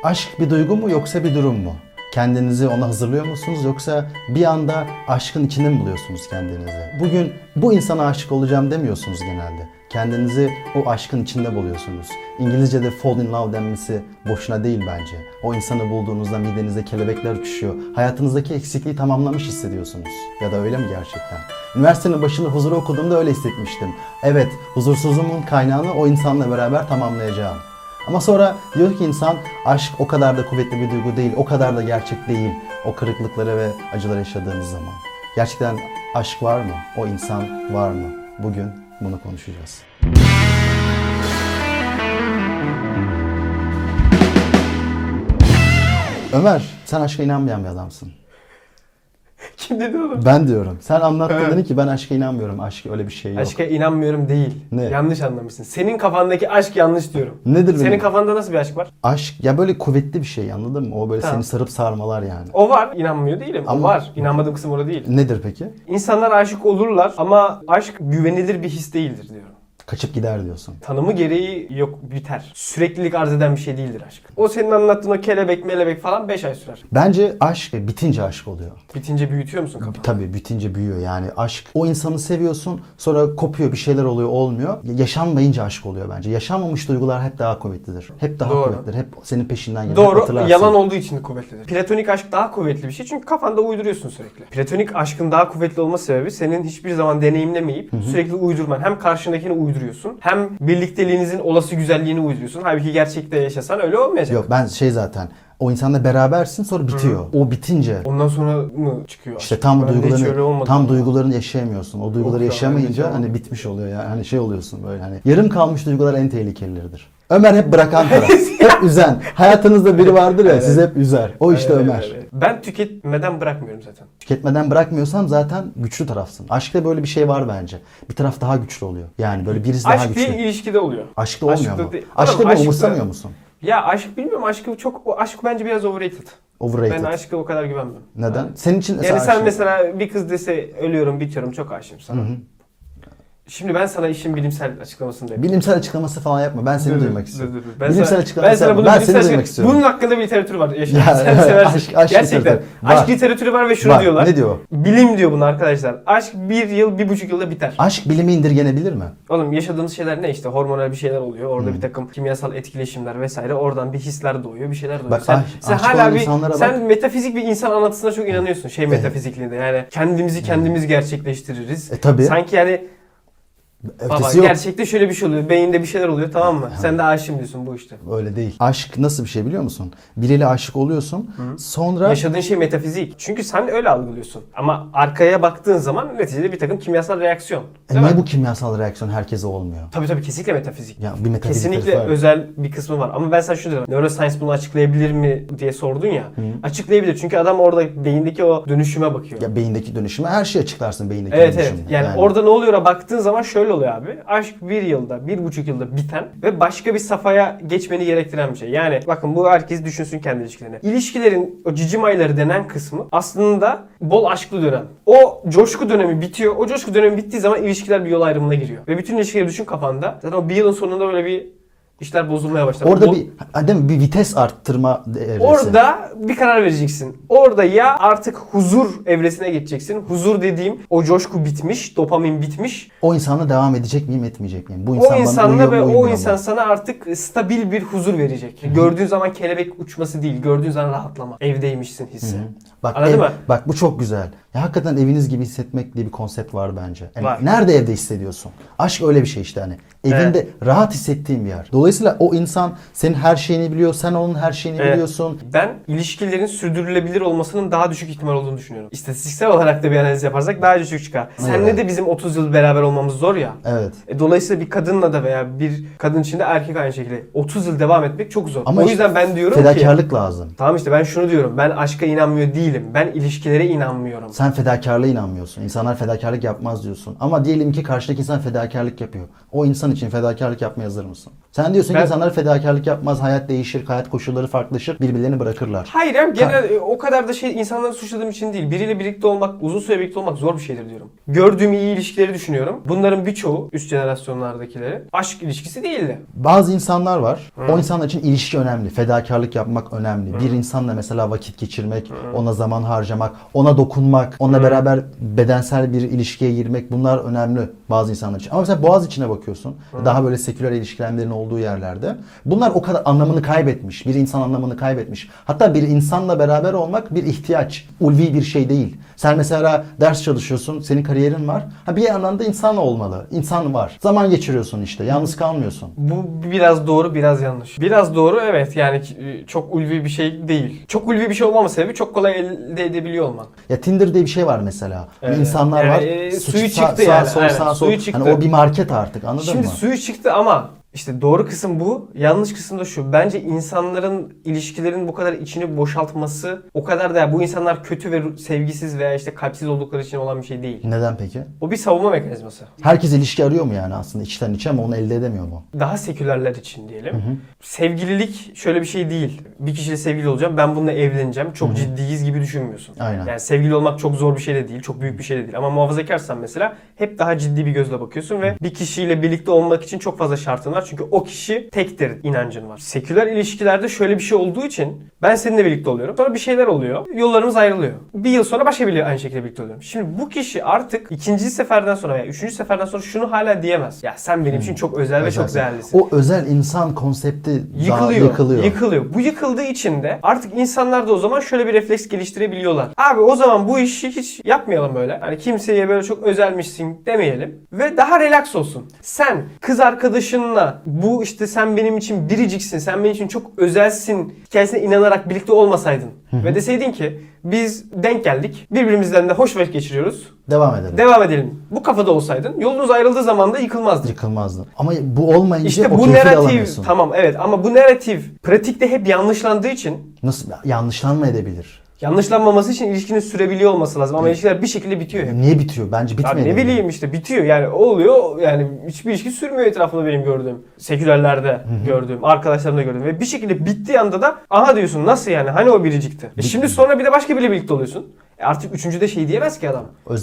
Aşk bir duygu mu yoksa bir durum mu? Kendinizi ona hazırlıyor musunuz yoksa bir anda aşkın içinde mi buluyorsunuz kendinizi? Bugün bu insana aşık olacağım demiyorsunuz genelde. Kendinizi o aşkın içinde buluyorsunuz. İngilizce'de fall in love denmesi boşuna değil bence. O insanı bulduğunuzda midenizde kelebekler uçuşuyor. Hayatınızdaki eksikliği tamamlamış hissediyorsunuz. Ya da öyle mi gerçekten? Üniversitenin başında huzuru okuduğumda öyle hissetmiştim. Evet, huzursuzluğumun kaynağını o insanla beraber tamamlayacağım. Ama sonra diyor ki insan, aşk o kadar da kuvvetli bir duygu değil, o kadar da gerçek değil. O kırıklıkları ve acıları yaşadığınız zaman. Gerçekten aşk var mı? O insan var mı? Bugün bunu konuşacağız. Ömer, sen aşka inanmayan bir adamsın. Kim dedi onu? Ben diyorum. Sen anlattın, Evet. dedin ki ben aşka inanmıyorum. Aşk öyle bir şey yok. Aşka inanmıyorum değil. Ne? Yanlış anlamışsın. Senin kafandaki aşk yanlış diyorum. Nedir Senin benim? kafanda nasıl bir aşk var? Aşk ya böyle kuvvetli bir şey, anladın mı? O böyle Tamam. seni sarıp sarmalar yani. O var. İnanmıyor değilim. Ama- O var. İnanmadığım kısım orada değil. Nedir peki? İnsanlar aşık olurlar ama aşk güvenilir bir his değildir diyorum. Kaçıp gider diyorsun. Tanımı gereği yok, biter. Süreklilik arz eden bir şey değildir aşk. O senin anlattığın o kelebek melebek falan 5 ay sürer. Bence aşk bitince aşk oluyor. Bitince büyütüyor musun kafanı? Tabii bitince büyüyor yani aşk. O insanı seviyorsun, sonra kopuyor, bir şeyler oluyor, olmuyor. Yaşanmayınca aşk oluyor bence. Yaşanmamış duygular hep daha kuvvetlidir. Hep daha Doğru. kuvvetlidir. Hep senin peşinden gelir. Doğru. Hatırlarsın. Yalan olduğu için de kuvvetlidir. Platonik aşk daha kuvvetli bir şey çünkü kafanda uyduruyorsun sürekli. Platonik aşkın daha kuvvetli olma sebebi senin hiçbir zaman deneyimlemeyip sürekli uydurman. Hem karşındakini uyduruyorsun hem birlikteliğinizin olası güzelliğini uyduruyorsun. Halbuki gerçekte yaşasan öyle olmayacak. Yok, ben zaten o insanla berabersin, sonra bitiyor. O bitince Ondan sonra mı çıkıyor işte aşk? tam Ben de hiç öyle duygularını olmadı. tam duygularını yaşayamıyorsun. O duyguları Yok ya, yaşamayınca ben de hani bitmiş oluyor yani. Hani şey oluyorsun böyle hani. Yarım kalmış duygular en tehlikelileridir. Ömer hep bırakan taraf. Hep üzen. Hayatınızda biri vardır ya, Evet. sizi hep üzer. O işte Evet, Ömer. evet. Ben tüketmeden bırakmıyorum zaten. Tüketmeden bırakmıyorsan zaten güçlü tarafsın. Aşkta böyle bir şey var bence. Bir taraf daha güçlü oluyor. Yani böyle birisi daha Aşk güçlü. değil, ilişkide oluyor. Aşkta olmuyor Aşkta mu? değil. Aşkta Oğlum, bu aşkta- umursamıyor musun? Ya aşk bilmiyorum, aşk bence biraz overrated. Overrated. Ben aşka o kadar güvenmem. Neden? Yani. Senin için Yani sen aşk- mesela bir kız dese ölüyorum, bitiyorum, çok aşığım sana. Şimdi ben sana işin bilimsel açıklamasını diyeyim. Bilimsel açıklaması falan yapma. Ben seni duymak istiyorum. Ben Bilimsel sana, açıklaması ben sana yapma. bunu Ben bilimsel seni duymak istiyorum. Bunun hakkında bir literatür var. Yaşar. Ya, Sen seversin. aşk Gerçekten. literatürü. Aşk Var. literatürü var ve şunu Var. diyorlar. Ne diyor? Bilim diyor bunu arkadaşlar. Aşk 1 yıl, 1,5 yılda biter. Aşk bilime indirgenebilir mi? Oğlum yaşadığımız şeyler ne işte? Hormonal bir şeyler oluyor. Orada bir takım kimyasal etkileşimler vesaire. Oradan bir hisler doğuyor, bir şeyler doğuyor. Bak, sen aşık hala olan bir insanlara sen metafizik bir insan anlatısına çok inanıyorsun. Şey metafizikliğinde. Yani kendimizi gerçekleştiririz. Tabii. Sanki yani baba Ötesi yok. gerçekte şöyle bir şey oluyor. Beyinde bir şeyler oluyor, tamam mı? Sen de aşığım diyorsun bu işte. Öyle değil. Aşk nasıl bir şey biliyor musun? Biriyle aşık oluyorsun. Sonra Yaşadığın şey metafizik. Çünkü sen öyle algılıyorsun. Ama arkaya baktığın zaman neticede bir takım kimyasal reaksiyon. Değil niye mi? bu kimyasal reaksiyon herkese olmuyor? Tabii kesinlikle metafizik. Ya bir metafizik Kesinlikle tarafı var. özel bir kısmı var. Ama ben sana şunu diyorum. Neuroscience bunu açıklayabilir mi diye sordun ya. Açıklayabilir. Çünkü adam orada beyindeki o dönüşüme bakıyor. Ya beyindeki dönüşümü her şeyi açıklarsın beyindeki Evet dönüşümü. Yani orada ne oluyor'a baktığın zaman şöyle oluyor abi. Aşk 1 yılda, 1,5 yılda biten ve başka bir safhaya geçmeni gerektiren bir şey. Yani bakın bu herkes düşünsün kendi ilişkilerini. İlişkilerin o cicim ayları denen kısmı aslında bol aşklı dönem. O coşku dönemi bitiyor. O coşku dönemi bittiği zaman ilişkiler bir yol ayrımına giriyor. Ve bütün ilişkileri düşün kafanda. Zaten o bir yılın sonunda böyle bir işler bozulmaya başlar. Orada değil mi, bir vites arttırma evresi. Orada bir karar vereceksin. Orada ya artık huzur evresine geçeceksin. Huzur dediğim o coşku bitmiş, dopamin bitmiş. O insanla devam edecek miyim, etmeyecek miyim? Bu O insan bana insanla uyuyor ve mu, o uymuyor insan mu? sana artık stabil bir huzur verecek. Gördüğün zaman kelebek uçması değil, gördüğün zaman rahatlama. Evdeymişsin hissi. Bak, Anladın mı? Bak bu çok güzel. Ya hakikaten eviniz gibi hissetmek diye bir konsept var bence. Yani Var. nerede evde hissediyorsun? Aşk öyle bir şey işte hani. Evinde rahat hissettiğin bir yer. Dolayısıyla o insan senin her şeyini biliyor, sen onun her şeyini biliyorsun. Ben ilişkilerin sürdürülebilir olmasının daha düşük ihtimal olduğunu düşünüyorum. İstatistiksel olarak da bir analiz yaparsak daha düşük çıkar. Seninle de bizim 30 yıl beraber olmamız zor ya. Evet. Dolayısıyla bir kadınla da veya bir kadın için de erkek aynı şekilde 30 yıl devam etmek çok zor. Ama o işte yüzden ben diyorum ki fedakarlık lazım. tamam işte ben şunu diyorum. Ben aşka inanmıyor değilim. Ben ilişkilere inanmıyorum. Sen fedakarlığa inanmıyorsun. İnsanlar fedakarlık yapmaz diyorsun. Ama diyelim ki karşıdaki insan fedakarlık yapıyor. O insan için fedakarlık yapmaya hazır mısın? Sen diyorsun ki insanlar fedakarlık yapmaz, hayat değişir, hayat koşulları farklılaşır, birbirlerini bırakırlar. Hayır ya, genel o kadar da insanları suçladığım için değil. Biriyle birlikte olmak, uzun süre birlikte olmak zor bir şeydir diyorum. Gördüğüm iyi ilişkileri düşünüyorum. Bunların birçoğu üst jenerasyonlardakileri aşk ilişkisi değildi. Bazı insanlar var. O insanlar için ilişki önemli. Fedakarlık yapmak önemli. Bir insanla mesela vakit geçirmek, ona zaman harcamak, ona dokunmak, onunla beraber bedensel bir ilişkiye girmek, bunlar önemli bazı insanlar için. Ama mesela Boğaziçi'ne bakıyorsun. Daha böyle seküler ilişkilerin olduğu yerlerde. Bunlar o kadar anlamını kaybetmiş. Bir insan anlamını kaybetmiş. Hatta bir insanla beraber olmak bir ihtiyaç. Ulvi bir şey değil. Sen mesela ders çalışıyorsun, senin kariyerin var. Bir yandan da insan olmalı. İnsan var. Zaman geçiriyorsun işte. Yalnız kalmıyorsun. Bu biraz doğru, biraz yanlış. Biraz doğru, evet, yani çok ulvi bir şey değil. Çok ulvi bir şey olmama sebebi çok kolay elde edebiliyor olman. Ya Tinder diye bir şey var mesela. Evet. İnsanlar var. Suyu çıktı yani. Sağ sol. Suyu çıktı. Hani o bir market artık, anladın mı? Şimdi suyu çıktı ama işte doğru kısım bu. Yanlış kısım da şu. Bence insanların ilişkilerin bu kadar içini boşaltması o kadar da bu insanlar kötü ve sevgisiz veya işte kalpsiz oldukları için olan bir şey değil. Neden peki? O bir savunma mekanizması. Herkes ilişki arıyor mu yani aslında içten içe, ama onu elde edemiyor mu? Daha sekülerler için diyelim. Sevgililik şöyle bir şey değil. Bir kişiyle sevgili olacağım, ben bununla evleneceğim. Çok ciddiyiz gibi düşünmüyorsun. Aynen. Yani sevgili olmak çok zor bir şey de değil. Çok büyük bir şey de değil. Ama muhafazakarsan mesela hep daha ciddi bir gözle bakıyorsun ve bir kişiyle birlikte olmak için çok fazla şartın var. Çünkü o kişi tektir inancın var. Seküler ilişkilerde şöyle bir şey olduğu için ben seninle birlikte oluyorum. Sonra bir şeyler oluyor. Yollarımız ayrılıyor. Bir yıl sonra başka biriyle aynı şekilde birlikte oluyorum. Şimdi bu kişi artık ikinci seferden sonra veya üçüncü seferden sonra şunu hala diyemez. Ya sen benim için çok özel ve çok değerlisin. O özel insan konsepti Yıkılıyor. Bu yıkıldığı için de artık insanlar da o zaman şöyle bir refleks geliştirebiliyorlar. Abi o zaman bu işi hiç yapmayalım böyle. Hani kimseye böyle çok özelmişsin demeyelim. Ve daha relax olsun. Sen kız arkadaşınla bu işte sen benim için biriciksin, sen benim için çok özelsin hikayesine inanarak birlikte olmasaydın. Ve deseydin ki biz denk geldik, birbirimizden de hoş vakit geçiriyoruz. Devam edelim. Bu kafada olsaydın yolunuz ayrıldığı zaman da yıkılmazdın. Ama bu olmayınca İşte o bu keyfi narratif, alamıyorsun. tamam evet, ama bu narratif pratikte hep yanlışlandığı için Nasıl yanlışlanma edebilir? yanlışlanmaması için ilişkinin sürebiliyor olması lazım ama ilişkiler bir şekilde bitiyor hep. Niye bitiyor? Bence bitmedi. Ne bileyim işte bitiyor yani, oluyor yani, hiçbir ilişki sürmüyor etrafında benim gördüğüm. Sekülerlerde gördüğüm, arkadaşlarımda gördüğüm ve bir şekilde bittiği anda da aha diyorsun, nasıl yani, hani o biricikti. Şimdi sonra bir de başka biriyle birlikte oluyorsun. Artık üçüncüde şey diyemez ki adam.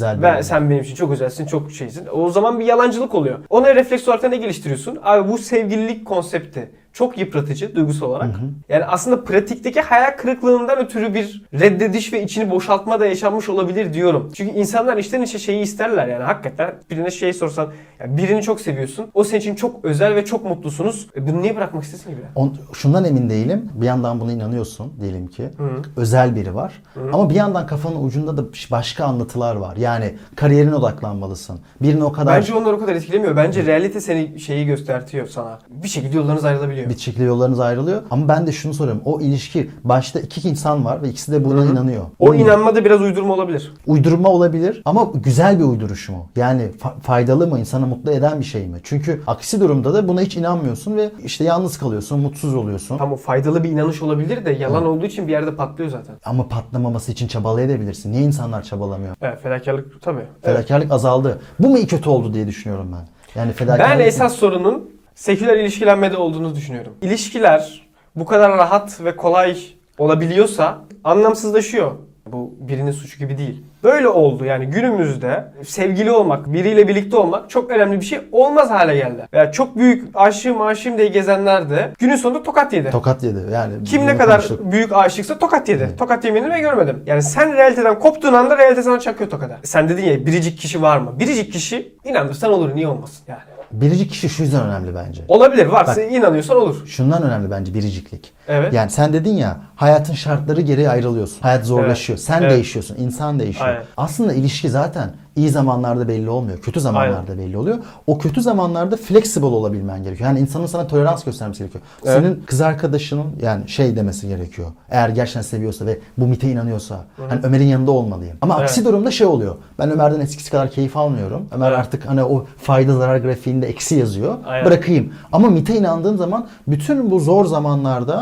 Sen benim için çok özelsin, çok şeysin. O zaman bir yalancılık oluyor. Ona refleks olarak da ne geliştiriyorsun? Abi bu sevgililik konsepti çok yıpratıcı duygusal olarak. Yani aslında pratikteki hayal kırıklığından ötürü bir reddediş ve içini boşaltma da yaşanmış olabilir diyorum. Çünkü insanlar içten içe şeyi isterler yani, hakikaten birine şey sorsan, yani birini çok seviyorsun. O senin için çok özel ve çok mutlusunuz. Bunu niye bırakmak istesin gibi? Şundan emin değilim. Bir yandan buna inanıyorsun diyelim ki. Özel biri var. Ama bir yandan kafanın ucunda da başka anlatılar var. Yani kariyerine odaklanmalısın. Birini o kadar... Bence onlar o kadar etkilemiyor. Bence realite seni şeyi göstertiyor sana. Bir şekilde yollarınız ayrılabiliyor. Bir şekilde yollarınız ayrılıyor. Ama ben de şunu soruyorum. O ilişki, başta iki insan var ve ikisi de buna inanıyor. O inanma da biraz uydurma olabilir. Uydurma olabilir ama güzel bir uyduruş mu? Yani faydalı mı? İnsanı mutlu eden bir şey mi? Çünkü aksi durumda da buna hiç inanmıyorsun ve işte yalnız kalıyorsun, mutsuz oluyorsun. Tam o faydalı bir inanış olabilir de yalan olduğu için bir yerde patlıyor zaten. Ama patlamaması için çabalayabilirsin. Niye insanlar çabalamıyor? Evet, fedakarlık tabii. Fedakarlık azaldı. Bu mu iyi kötü oldu diye düşünüyorum ben. Yani fedakarlık... Ben esas sorunun seküler ilişkilenmede olduğunu düşünüyorum. İlişkiler bu kadar rahat ve kolay olabiliyorsa anlamsızlaşıyor. Bu birinin suçu gibi değil. Böyle oldu yani, günümüzde sevgili olmak, biriyle birlikte olmak çok önemli bir şey olmaz hale geldi. Veya çok büyük aşığım diye gezenler de günün sonunda tokat yedi. Tokat yedi yani. Kim ne kadar büyük aşıksa tokat yedi. Evet. Tokat yemini ben görmedim. Yani sen realiteden koptuğun anda realite sana çakıyor tokada. Sen dedin ya, biricik kişi var mı? Biricik kişi inandırsan olur, niye olmasın yani. Biricik kişi şu yüzden önemli bence. Olabilir, varsa inanıyorsan olur. Şundan önemli bence biriciklik. Evet. Yani sen dedin ya, hayatın şartları gereği ayrılıyorsun. Hayat zorlaşıyor. Evet. Sen değişiyorsun. İnsan değişiyor. Aynen. Aslında ilişki zaten iyi zamanlarda belli olmuyor. Kötü zamanlarda belli oluyor. O kötü zamanlarda flexible olabilmen gerekiyor. Yani insanın sana tolerans göstermesi gerekiyor. Evet. Senin kız arkadaşının yani şey demesi gerekiyor. Eğer gerçekten seviyorsa ve bu MİT'e inanıyorsa, hani Ömer'in yanında olmalıyım. Ama aksi durumda şey oluyor. Ben Ömer'den eskisi kadar keyif almıyorum. Ömer artık hani o fayda zarar grafiğinde eksi yazıyor. Bırakayım. Ama MİT'e inandığım zaman bütün bu zor zamanlarda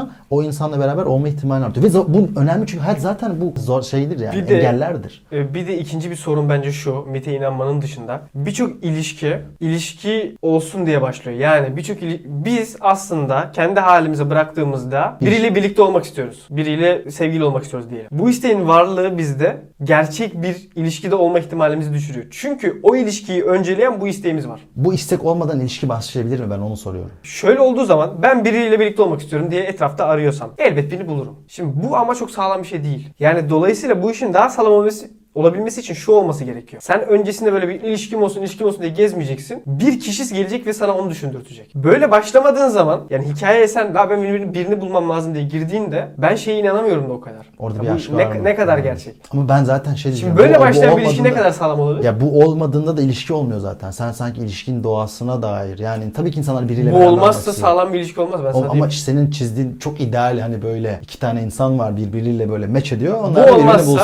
zaman o insanla beraber olma ihtimali artıyor. Ve bu önemli çünkü hayat zaten bu zor şeydir yani, engellerdir. Bir de ikinci bir sorun bence şu, mite inanmanın dışında. Birçok ilişki olsun diye başlıyor. Yani biz aslında kendi halimize bıraktığımızda biriyle birlikte olmak istiyoruz. Biriyle sevgili olmak istiyoruz diyelim. Bu isteğin varlığı bizde gerçek bir ilişkide olma ihtimalimizi düşürüyor. Çünkü o ilişkiyi önceleyen bu isteğimiz var. Bu istek olmadan ilişki başlayabilir mi? Ben onu soruyorum. Şöyle olduğu zaman ben biriyle birlikte olmak istiyorum diye etrafta arıyorsam elbet birini bulurum. Şimdi bu ama çok sağlam bir şey değil. Yani dolayısıyla bu işin daha sağlam olabilmesi için şu olması gerekiyor. Sen öncesinde böyle bir ilişkim olsun diye gezmeyeceksin. Bir kişi gelecek ve sana onu düşündürtecek. Böyle başlamadığın zaman yani hikayeye sen daha ben birini bulmam lazım diye girdiğinde ben şeye inanamıyorum da o kadar. Orada ya bir aşk var mı? ne kadar gerçek. Ama ben zaten şey diyeceğim. Şimdi böyle başlayan bir ilişki ne kadar sağlam olabilir? Ya bu olmadığında da ilişki olmuyor zaten. Sen sanki ilişkinin doğasına dair. Yani tabii ki insanlar biriyle bu beraber olmazsa sağlam bir ilişki olmaz ben sana ama diyeyim. senin çizdiğin çok ideal hani böyle iki tane insan var birbiriyle böyle match ediyor. Bu Onlar birbirini bulsun.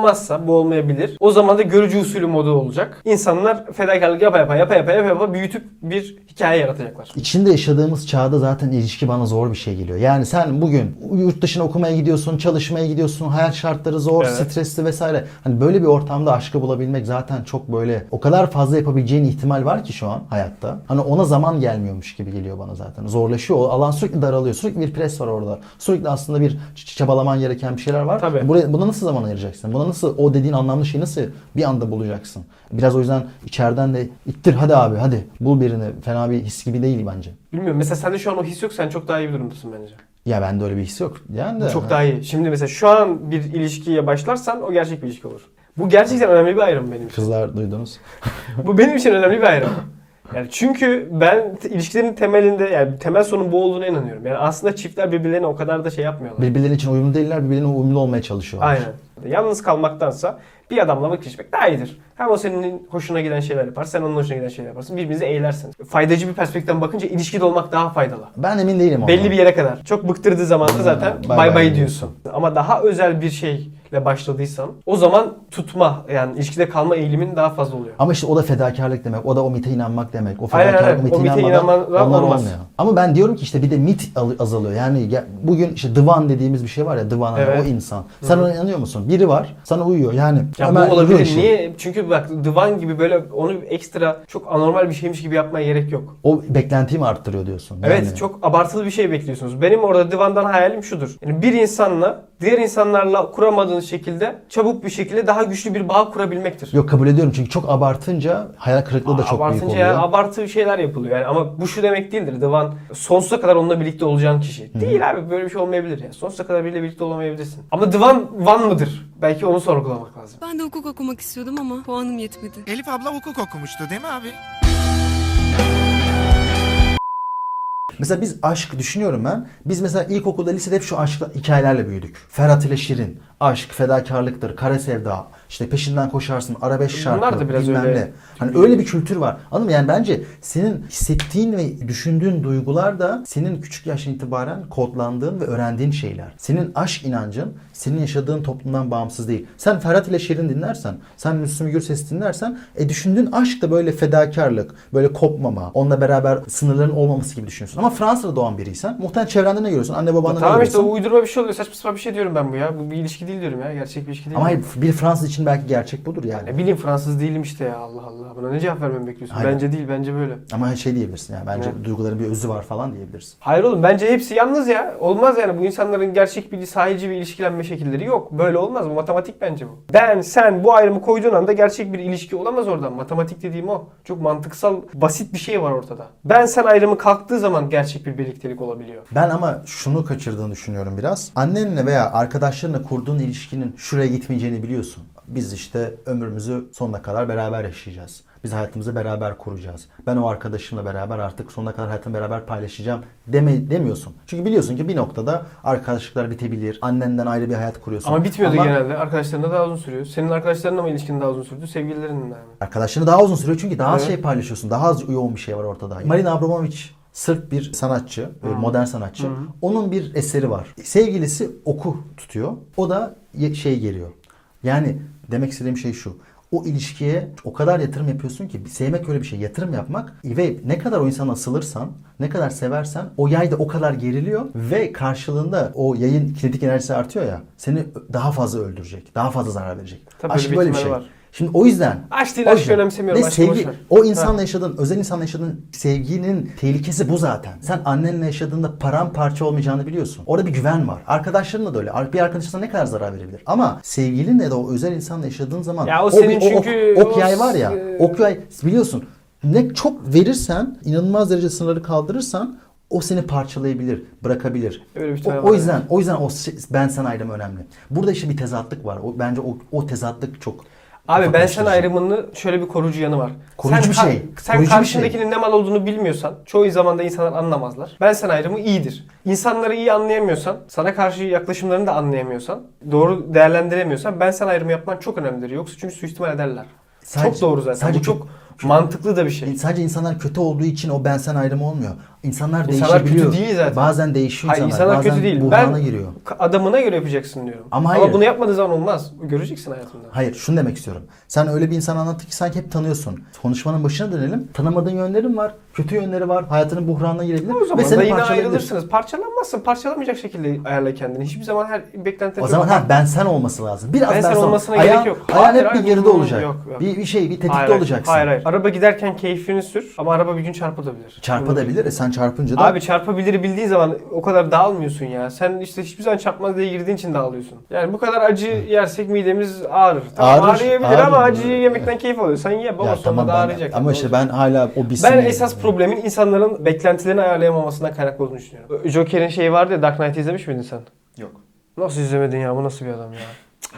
bu olmayabilir. O zaman da görücü usulü modu olacak. İnsanlar fedakarlık yapa büyütüp bir hikaye yaratacaklar. İçinde yaşadığımız çağda zaten ilişki bana zor bir şey geliyor. Yani sen bugün yurt dışına okumaya gidiyorsun, çalışmaya gidiyorsun, hayat şartları zor, Evet. stresli vesaire. Hani böyle bir ortamda aşkı bulabilmek zaten çok böyle o kadar fazla yapabileceğin ihtimal var ki şu an hayatta. Hani ona zaman gelmiyormuş gibi geliyor bana zaten. Zorlaşıyor. O alan sürekli daralıyor. Sürekli bir pres var orada. Sürekli aslında bir çabalaman gereken bir şeyler var. Tabii. Buna nasıl zaman ayıracaksın? Buna nasıl o dediğin anlamlı şeyi nasıl bir anda bulacaksın? Biraz o yüzden içeriden de ittir hadi abi hadi bul birini. Fena bir his gibi değil bence. Bilmiyorum. Mesela sende şu an o his yok. Sen çok daha iyi bir durumdasın bence. Ya bende öyle bir his yok. Yani de Çok daha iyi. Şimdi mesela şu an bir ilişkiye başlarsan o gerçek bir ilişki olur. Bu gerçekten önemli bir ayrım benim için. kızlar duydunuz. Bu benim için önemli bir ayrım. Yani çünkü ben ilişkilerin temelinde yani temel sorunun bu olduğuna inanıyorum. Yani aslında çiftler birbirlerine o kadar da şey yapmıyorlar. Birbirleri için uyumlu değiller, birbirlerine uyumlu olmaya çalışıyorlar. Aynen. Yalnız kalmaktansa bir adamla vakit geçirmek daha iyidir. Hem o senin hoşuna giden şeyler yapar, sen onun hoşuna giden şeyler yaparsın. Birbirinizi eğlersiniz. Faydacı bir perspektiften bakınca ilişkide olmak daha faydalı. Ben emin değilim Belli ondan. bir yere kadar. Çok bıktırdığı zaman da zaten Bay bay bay bay diyorsun. Ama daha özel bir şeyle başladıysan o zaman tutma yani ilişkide kalma eğilimin daha fazla oluyor. Ama işte o da fedakarlık demek, o da o mite inanmak demek. O Aynen, fedakarlık, aynen. O mite inanmadan inanmadan onlar olmaz. olmuyor. Ama ben diyorum ki işte bir de mit azalıyor. Yani bugün işte divan dediğimiz bir şey var ya, divan hani Evet. o insan. Sen ona inanıyor musun? Biri var, sana uyuyor. Yani Ya Ömer bu olabilir. ruh işi. Niye? Çünkü bak divan gibi böyle onu ekstra çok anormal bir şeymiş gibi yapmaya gerek yok. O beklentiyi mi arttırıyor diyorsun? Evet Yani. çok abartılı bir şey bekliyorsunuz. Benim orada divandan hayalim şudur. Yani bir insanla diğer insanlarla kuramadığınız şekilde çabuk bir şekilde daha güçlü bir bağ kurabilmektir. Yok kabul ediyorum çünkü çok abartınca hayal kırıklığı da çok büyük Abartınca oluyor. yani abartı şeyler yapılıyor. Yani ama bu şu demek değildir. Divan sonsuza kadar onunla birlikte olacağın kişi. Değil abi böyle bir şey olmayabilir ya. Sonsuza kadar biriyle birlikte olamayabilirsin. Ama divan van mıdır? Belki onu sorgulamak lazım. Ben de hukuk okumak istiyordum ama puanım yetmedi. Elif abla hukuk okumuştu değil mi abi? Mesela biz aşk düşünüyorum ben. Biz mesela ilkokulda, lisede hep şu aşk hikayelerle büyüdük. Ferhat ile Şirin, aşk, fedakarlıktır, kara sevda, işte peşinden koşarsın, arabesk şarkı, Bunlar da biraz bilmem öyle. ne. Hani öyle bir kültür var. Anladın mı? Yani bence senin hissettiğin ve düşündüğün duygular da senin küçük yaştan itibaren kodlandığın ve öğrendiğin şeyler. Senin aşk inancın senin yaşadığın toplumdan bağımsız değil. Sen Ferhat ile Şirin dinlersen, sen Müslüm Gürses dinlersen düşündüğün aşk da böyle fedakarlık, böyle kopmama, onunla beraber sınırların olmaması gibi düşünüyorsun. Ama Fransa'da doğan biriysen muhtemelen çevrende ne görüyorsun? Anne babanla Tamam ne işte görüyorsun? o uydurma bir şey oluyor. Saçma sapan bir şey diyorum ben bu ya. Bu bir ilişki değil diyorum ya. Gerçek bir ilişki değil. Ama hayır, bir Fransız için belki gerçek budur yani. Ne bileyim Fransız değilim işte ya Allah Allah. Buna ne cevap vermemi bekliyorsun? Aynen. Bence değil bence böyle. Ama şey diyebilirsin yani bence Evet. duyguların bir özü var falan diyebilirsin. Hayır oğlum bence hepsi yalnız ya. Olmaz yani bu insanların gerçek bir sahici bir ilişkilenme şekilleri yok. Böyle olmaz bu matematik bence bu. Sen bu ayrımı koyduğun anda gerçek bir ilişki olamaz oradan. Matematik dediğim o. Çok mantıksal basit bir şey var ortada. Sen ayrımı kalktığı zaman gerçek bir birliktelik olabiliyor. Ben ama şunu kaçırdığını düşünüyorum biraz. Annenle veya arkadaşlarınla kurduğun ilişkinin şuraya gitmeyeceğini biliyorsun. Biz işte ömrümüzü sonuna kadar beraber yaşayacağız. Biz hayatımızı beraber kuracağız. Ben o arkadaşımla beraber artık sonuna kadar hayatımı beraber paylaşacağım demiyorsun. Çünkü biliyorsun ki bir noktada arkadaşlıklar bitebilir. Annenden ayrı bir hayat kuruyorsun. Ama bitmiyordu genelde. Arkadaşlarına daha uzun sürüyor. Senin arkadaşlarınla mı ilişkin daha uzun sürdü? Sevgililerinle mi? Arkadaşlarına daha uzun sürüyor çünkü daha az Evet. şey paylaşıyorsun. Daha az yoğun bir şey var ortada. Marina Abramovic Sırp bir sanatçı, modern sanatçı. Onun bir eseri var. Sevgilisi oku tutuyor. O da şey geliyor. Yani demek istediğim şey şu. o ilişkiye o kadar yatırım yapıyorsun ki sevmek öyle bir şey. Yatırım yapmak ve ne kadar o insana asılırsan, ne kadar seversen o yay da o kadar geriliyor ve karşılığında o yayın kinetik enerjisi artıyor ya, seni daha fazla öldürecek, daha fazla zarar verecek. Tabii Aşk öyle bir böyle bir ihtimali şey. var. Şimdi o yüzden Aşk değil, o aşkı yüzden. önemsemiyorum. Ve Aşkı sevgi, boşver. o insanla yaşadığın, özel insanla yaşadığın sevginin tehlikesi bu zaten. Sen annenle yaşadığında paramparça olmayacağını biliyorsun. Orada bir güven var. Arkadaşlarınla da öyle. Bir arkadaşına ne kadar zarar verebilir? Ama sevgilinle de o özel insanla yaşadığın zaman Ya o senin çünkü ok yay var ya. Ok yay biliyorsun. Ne çok verirsen, inanılmaz derece kaldırırsan o seni parçalayabilir, bırakabilir. Öyle bir O yüzden ben sen ayrımı önemli. Burada işte bir tezatlık var. Bence o tezatlık çok Abi ben sen uzaklaştırıcı. ayrımının şöyle bir koruyucu yanı var. Koruyucu bir şey. Sen Koruyucu bir karşındakinin şey. ne mal olduğunu bilmiyorsan çoğu zaman da insanlar anlamazlar. Ben sen ayrımı iyidir. İnsanları iyi anlayamıyorsan, sana karşı yaklaşımlarını da anlayamıyorsan, doğru değerlendiremiyorsan ben sen ayrımı yapman çok önemlidir. Yoksa çünkü suistimal ederler. Çok doğru zaten. Sadece Bu çok mantıklı da bir şey. Sadece insanlar kötü olduğu için o ben sen ayrımı olmuyor. İnsanlar İnsanlar değişebiliyor. kötü değil zaten. Bazen değişiyor Hayır, insanlar. insanlar kötü Bazen değil. buhrana Ben giriyor. adamına göre yapacaksın diyorum. Ama hayır. bunu yapmadığı zaman olmaz. Göreceksin hayatında. Hayır, şunu demek istiyorum. Sen öyle bir insan anlattın ki sanki hep tanıyorsun. Konuşmanın başına dönelim. Tanımadığın yönlerin var, kötü yönleri var. Hayatının buhranına girebilir O ve zaman da seni yine parçalayabilir. ayrılırsınız. Parçalanmazsın. Parçalamayacak şekilde ayarla kendini. Hiçbir zaman her beklentine O zaman ben sen olması lazım. Biraz Ben sen sen olmasına ayağın, gerek yok. Ayağın Hayır, hep bir hayır, geride yok, olacak. yok. Bir tetikte Hayır, olacaksın. Hayır. Araba giderken keyfini sür ama araba bir gün çarpabilir. Çarpabilir. Sen çarpınca da Abi çarpabilir bildiğin zaman o kadar dağılmıyorsun ya. Sen işte hiçbir zaman çarpmaz diye girdiğin için dağılıyorsun. Yani bu kadar acı yersek midemiz ağrır. Tamam, ağrıyabilir ama acıyı yemekten keyif alıyorsan ye baba, ya sonunda tamam da ağrıyacak. ama işte ben hala o bir Ben esas problemin insanların beklentilerini ayarlayamamasından kaynaklı olduğunu düşünüyorum. Joker'in şeyi vardı ya, Dark Knight'ı izlemiş miydin sen? Yok. Nasıl izlemedin ya? Bu nasıl bir adam ya?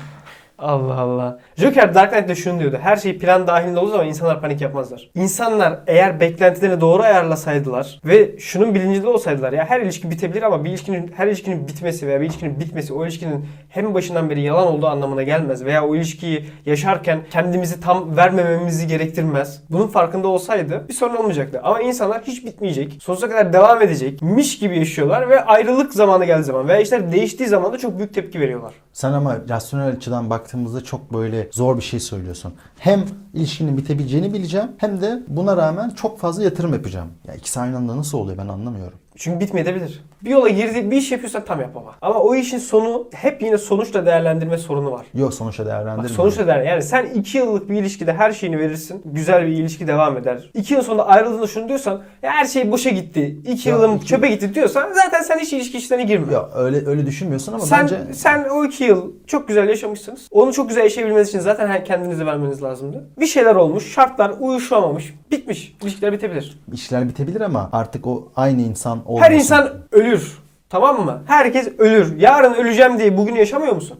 Allah Allah. Joker Dark Knight'te şunu diyordu. Her şey plan dahilinde olduğu zaman insanlar panik yapmazlar. İnsanlar eğer beklentilerini doğru ayarlasaydılar ve şunun bilincinde olsaydılar, ya her ilişki bitebilir ama her ilişkinin bitmesi veya bir ilişkinin bitmesi o ilişkinin hem başından beri yalan olduğu anlamına gelmez veya o ilişkiyi yaşarken kendimizi tam vermememizi gerektirmez. Bunun farkında olsaydı bir sorun olmayacaktı. Ama insanlar hiç bitmeyecek, sonsuza kadar devam edecekmiş gibi yaşıyorlar ve ayrılık zamanı geldiği zaman veya işler değiştiği zaman da çok büyük tepki veriyorlar. Sen ama rasyonel açıdan baktığımızda çok böyle zor bir şey söylüyorsun. Hem ilişkinin bitebileceğini bileceğim hem de buna rağmen çok fazla yatırım yapacağım. Ya ikisi aynı anda nasıl oluyor ben anlamıyorum. Çünkü bitmeyebilir. Bir yola girdi, bir iş yapıyorsan tam yap baba. Ama o işin sonu hep yine sonuçla değerlendirme sorunu var. Yok, sonuçta değerlendirmiyor. Bak, sonuçla yani sen 2 yıllık bir ilişkide her şeyini verirsin. Güzel bir ilişki devam eder. 2 yıl sonra ayrıldığında şunu diyorsan ya her şey boşa gitti. 2 Ya yılım iki- çöpe gitti diyorsan zaten sen hiç ilişki işlerine girme. Yok öyle düşünmüyorsun ama Sen, bence sen o 2 yıl çok güzel yaşamışsınız. Onu çok güzel yaşayabilmeniz için zaten kendinizi vermeniz lazımdı. Bir şeyler olmuş, şartlar uyuşamamış, bitmiş. İlişkiler bitebilir. işler bitebilir ama artık o aynı insan olmasın. Her insan ölür. Tamam mı? Herkes ölür. Yarın öleceğim diye bugün yaşamıyor musun?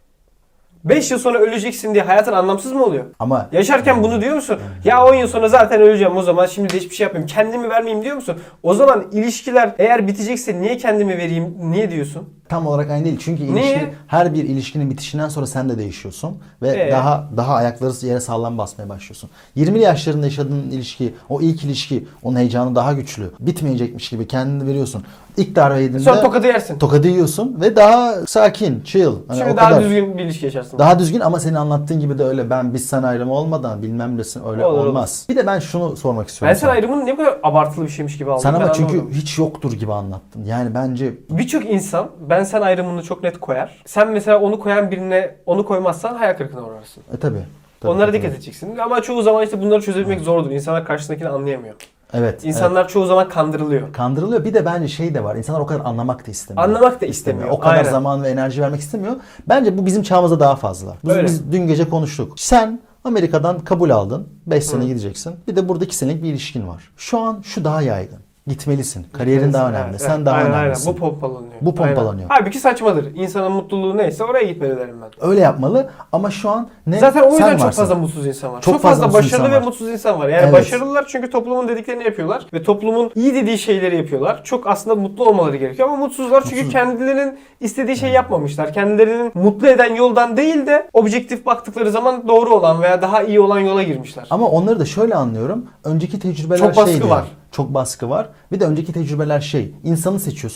5 yıl sonra öleceksin diye hayatın anlamsız mı oluyor? Ama Yaşarken bunu diyor musun? Ya 10 yıl sonra zaten öleceğim, o zaman şimdi de hiçbir şey yapmayayım. Kendimi vermeyeyim diyor musun? O zaman ilişkiler eğer bitecekse niye kendimi vereyim? Niye diyorsun? tam olarak aynı değil. Çünkü Niye? her bir ilişkinin bitişinden sonra sen de değişiyorsun ve daha ayakları yere sağlam basmaya başlıyorsun. 20'li yaşlarında yaşadığın ilişki, o ilk ilişki, onun heyecanı daha güçlü. Bitmeyecekmiş gibi kendini veriyorsun. İlk darbe yediğinde Sonra tokadı yersin. tokadı yiyorsun ve daha sakin, chill. Hani Şimdi o daha kadar. düzgün bir ilişki yaşarsın. Daha düzgün ama senin anlattığın gibi de öyle biz sen ayrımı olmadan bilmem nesin öyle Olur. olmaz. Bir de ben şunu sormak Ben istiyorum. sen ayrımını ne kadar abartılı bir şeymiş gibi aldım. Sen ama ben çünkü anlamadım. hiç yoktur gibi anlattın. Yani bence Birçok insan ben sen ayrımını çok net koyar. Sen mesela onu koyan birine onu koymazsan hayal kırıklığına uğrarsın. tabii. Onlara dikkat edeceksin. Ama çoğu zaman işte bunları çözebilmek zordur. İnsanlar karşısındakini anlayamıyor. Evet. İnsanlar çoğu zaman kandırılıyor. Kandırılıyor. Bir de bence şey de var. İnsanlar o kadar anlamak da istemiyor. Anlamak da istemiyor. O kadar Aynen. zaman ve enerji vermek istemiyor. Bence bu bizim çağımızda daha fazla. Öyle. Biz dün gece konuştuk. Sen Amerika'dan kabul aldın. 5 sene gideceksin. Bir de burada 2 senelik bir ilişkin var. Şu an şu daha yaygın. Gitmelisin. Kariyerin daha önemli. Evet, Sen daha aynen, önemlisin. Aynen. Bu pompalanıyor. Bu pompalanıyor. Aynen. Halbuki saçmadır. İnsanın mutluluğu neyse oraya gitmeli derim ben. Öyle yapmalı ama şu an ne? Zaten o yüzden Sen çok varsın. fazla mutsuz insan var. Çok Çok fazla fazla mutsuz başarılı insan ve var. mutsuz insan var. Yani Evet. başarılılar çünkü toplumun dediklerini yapıyorlar ve toplumun iyi dediği şeyleri yapıyorlar. Çok aslında mutlu olmaları gerekiyor ama mutsuzlar çünkü kendilerinin istediği şeyi yapmamışlar. Kendilerinin mutlu eden yoldan değil de objektif baktıkları zaman doğru olan veya daha iyi olan yola girmişler. Ama onları da şöyle anlıyorum. Önceki tecrübeler Çok baskı şeydi. var. Çok baskı var. Bir de önceki tecrübeler şey. İnsanı seçiyorsun.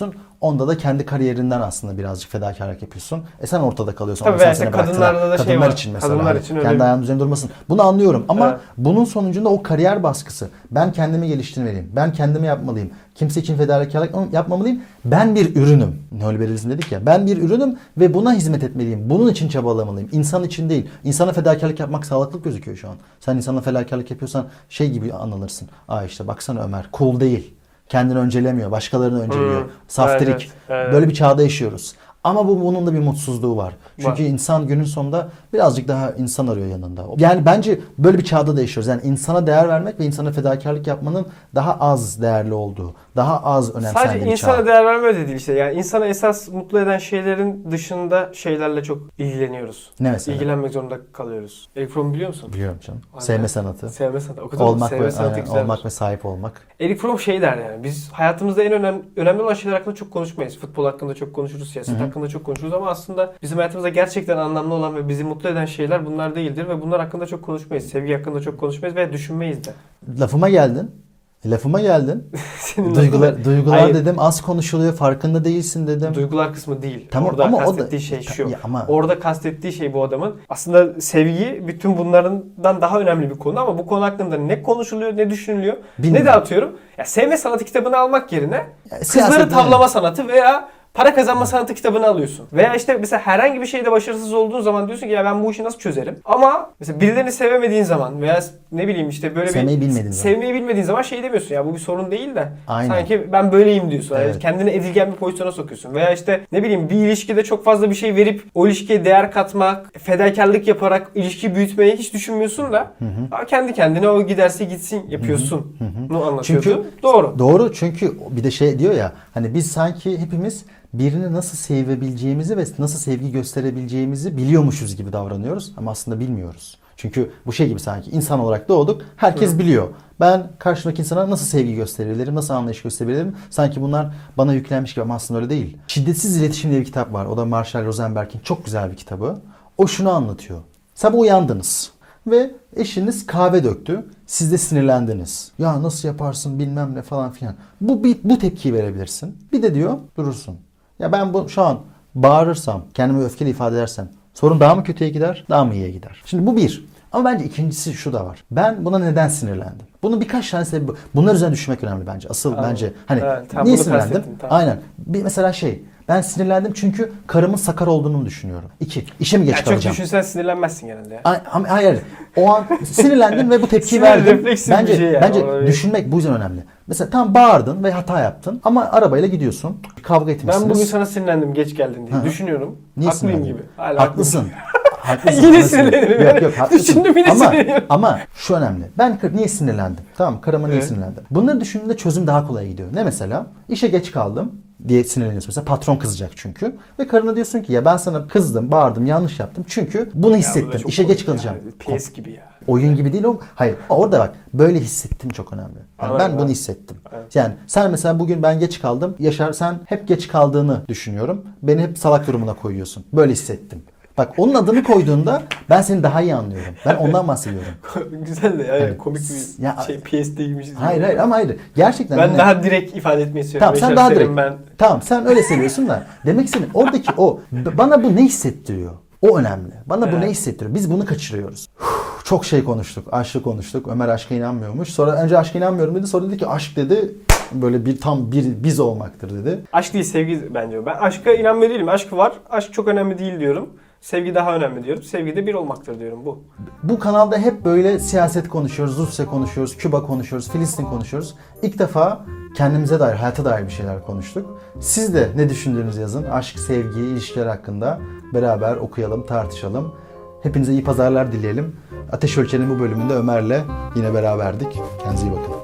Onda da kendi kariyerinden aslında birazcık fedakarlık yapıyorsun. Sen ortada kalıyorsun. Tabii Ama veya seni işte bıraktılar. kadınlarda da şey Kadınlar var. için mesela. Kadınlar Hani için öyle kendi bir- ayağının üzerinde durmasın. Bunu anlıyorum ama Evet. bunun sonucunda o kariyer baskısı. Ben kendimi geliştirmeliyim. Ben kendimi yapmalıyım. Kimse için fedakarlık yapmamalıyım. Ben bir ürünüm. Neoliberalizm dedik ya. Ben bir ürünüm ve buna hizmet etmeliyim. Bunun için çabalamalıyım. İnsan için değil. İnsana fedakarlık yapmak sağlıklı gözüküyor şu an. Sen insana fedakarlık yapıyorsan şey gibi anlanırsın. İşte baksana Ömer cool değil. Kendini öncelemiyor. Başkalarını önceliyor. Saftirik. Evet. Böyle bir çağda yaşıyoruz. Ama bunun da bir mutsuzluğu var. Çünkü insan günün sonunda birazcık daha insan arıyor yanında. Yani bence böyle bir çağda da yaşıyoruz. Yani insana değer vermek ve insana fedakarlık yapmanın daha az değerli olduğu, daha az önemsendiği Sadece bir insana çağ. değer verme de değil işte. Yani insana esas mutlu eden şeylerin dışında şeylerle çok ilgileniyoruz. Ne mesela? İlgilenmek zorunda kalıyoruz. Eric Fromm biliyor musun? Biliyorum canım. Aynen. Sevme sanatı. Sevme sanatı. Okudun mu? Olmak Sevme ve, sanatı aynen, güzeldir. olmak ve sahip olmak. Eric Fromm şey der yani. Biz hayatımızda en önemli olan şeyler hakkında çok konuşmayız. Futbol hakkında çok konuşuruz, siyaset hakkında çok konuşuruz ama aslında bizim hayatımızda gerçekten anlamlı olan ve bizi mutlu eden şeyler bunlar değildir ve bunlar hakkında çok konuşmayız. Sevgi hakkında çok konuşmayız ve düşünmeyiz de. Lafıma geldin. Lafıma geldin. Senin Duygular Hayır. dedim, az konuşuluyor, farkında değilsin dedim. Duygular kısmı değil. Tamam, Orada ama o da- kastettiği şey şu. Ya ama- Orada kastettiği şey bu adamın. Aslında sevgi bütün bunlardan daha önemli bir konu ama bu konu hakkında ne konuşuluyor, ne düşünülüyor, Bilmiyorum. ne de atıyorum. Ya sevme sanatı kitabını almak yerine siyaset kızları mi? tavlama sanatı veya para kazanma sanatı kitabını alıyorsun. Veya işte mesela herhangi bir şeyde başarısız olduğun zaman diyorsun ki ya ben bu işi nasıl çözerim? Ama mesela birilerini sevemediğin zaman veya ne bileyim işte böyle Sevmeyi bilmediğin zaman. sevmeyi bilmediğin zaman şey demiyorsun ya bu bir sorun değil de Aynen. sanki ben böyleyim diyorsun. Yani Evet. kendini edilgen bir pozisyona sokuyorsun. Veya işte ne bileyim bir ilişkide çok fazla bir şey verip o ilişkiye değer katmak, fedakarlık yaparak ilişkiyi büyütmeyi hiç düşünmüyorsun da kendi kendine o giderse gitsin yapıyorsun. Bunu anlatıyordu. Çünkü Doğru. Doğru, çünkü bir de şey diyor ya, hani biz sanki hepimiz birini nasıl sevebileceğimizi ve nasıl sevgi gösterebileceğimizi biliyormuşuz gibi davranıyoruz ama aslında bilmiyoruz. Çünkü bu şey gibi, sanki insan olarak doğduk, herkes biliyor. Ben karşımdaki insana nasıl sevgi gösterebilirim, nasıl anlayış gösterebilirim? Sanki bunlar bana yüklenmiş gibi ama aslında öyle değil. Şiddetsiz İletişim diye bir kitap var. O da Marshall Rosenberg'in çok güzel bir kitabı. O şunu anlatıyor. Sabah uyandınız ve eşiniz kahve döktü. Siz de sinirlendiniz. Ya nasıl yaparsın bilmem ne falan filan. Bu tepkiyi verebilirsin. Bir de diyor durursun. Ya ben şu an bağırırsam, kendimi öfkeli ifade edersem sorun daha mı kötüye gider, daha mı iyiye gider? Şimdi bu bir. Ama bence ikincisi şu da var. Ben buna neden sinirlendim? Bunun birkaç tane sebebi. Bunlar üzerine düşünmek önemli bence. Asıl Anladım. bence hani Evet, tam niye bunu sinirlendim? kastettim, tamam. Aynen. Mesela ben sinirlendim çünkü karımın sakar olduğunu düşünüyorum. 2. İşe mi geç Ya çok kalacağım? düşünsen sinirlenmezsin genelde ya. Hayır. O an sinirlendim ve bu tepkiyi Sinir verdim. refleksif Bence bir şey yani. bence Olabilir. düşünmek bu yüzden önemli. Mesela tam bağırdın ve hata yaptın ama arabayla gidiyorsun. Kavga etmişsiniz. Ben bugün sana sinirlendim geç geldin diye. Hı. Düşünüyorum. Niye Haklıyım sinirlendin? gibi. Hala Haklısın. Haklısın. Yine Nasıl? sinirlenirim. Yok haklısın. Düşündüm yine sinirleniyorum. Ama şu önemli. Ben niye sinirlendim? Tamam, karıma niye Evet. sinirlendim? Bunları düşündüğünde çözüm daha kolay gidiyor. Ne mesela? İşe geç kaldım diye sinirleniyorsun. Mesela patron kızacak çünkü. Ve karına diyorsun ki ya ben sana kızdım, bağırdım, yanlış yaptım. Çünkü bunu Ya bu da hissettim. çok İşe geç komik kalacağım. ya. PS gibi ya. Oyun gibi değil o. Hayır. Orada bak, böyle hissettim çok önemli. Yani Anladım, ben bunu evet. hissettim. Evet. Yani sen mesela bugün ben geç kaldım. Yaşar, sen hep geç kaldığını düşünüyorum. Beni hep salak durumuna koyuyorsun. Böyle hissettim. Bak, onun adını koyduğunda ben seni daha iyi anlıyorum. Ben ondan bahsediyorum. Güzel de ya. Evet. Komik bir Ya- şey. PSD gibiymişiz. Hayır ama hayır. Gerçekten. Ben hani- daha direkt ifade etmeyi seviyorum. Tamam, sen Yaşar daha Selim direkt. Ben Tamam, sen öyle seviyorsun da demek istediğim oradaki o bana bu ne hissettiriyor? O önemli. Bana bu Evet. ne hissettiriyor? Biz bunu kaçırıyoruz. Çok şey konuştuk. Aşkı konuştuk. Ömer aşka inanmıyormuş. Sonra önce aşka inanmıyorum dedi. Sonra dedi ki aşk dedi böyle tam bir biz olmaktır dedi. aşk değil sevgi bence o. Ben aşka inanmıyor değilim. Aşk var. Aşk çok önemli değil diyorum. Sevgi daha önemli diyorum. Sevgi de bir olmaktır diyorum bu. Bu kanalda hep böyle siyaset konuşuyoruz, Rusya konuşuyoruz, Küba konuşuyoruz, Filistin konuşuyoruz. İlk defa kendimize dair, hayata dair bir şeyler konuştuk. Siz de ne düşündüğünüzü yazın. Aşk, sevgi, ilişkiler hakkında beraber okuyalım, tartışalım. Hepinize iyi pazarlar dileyelim. Ateş Ölçer'in bu bölümünde Ömer'le yine beraberdik. Kendinize iyi bakın.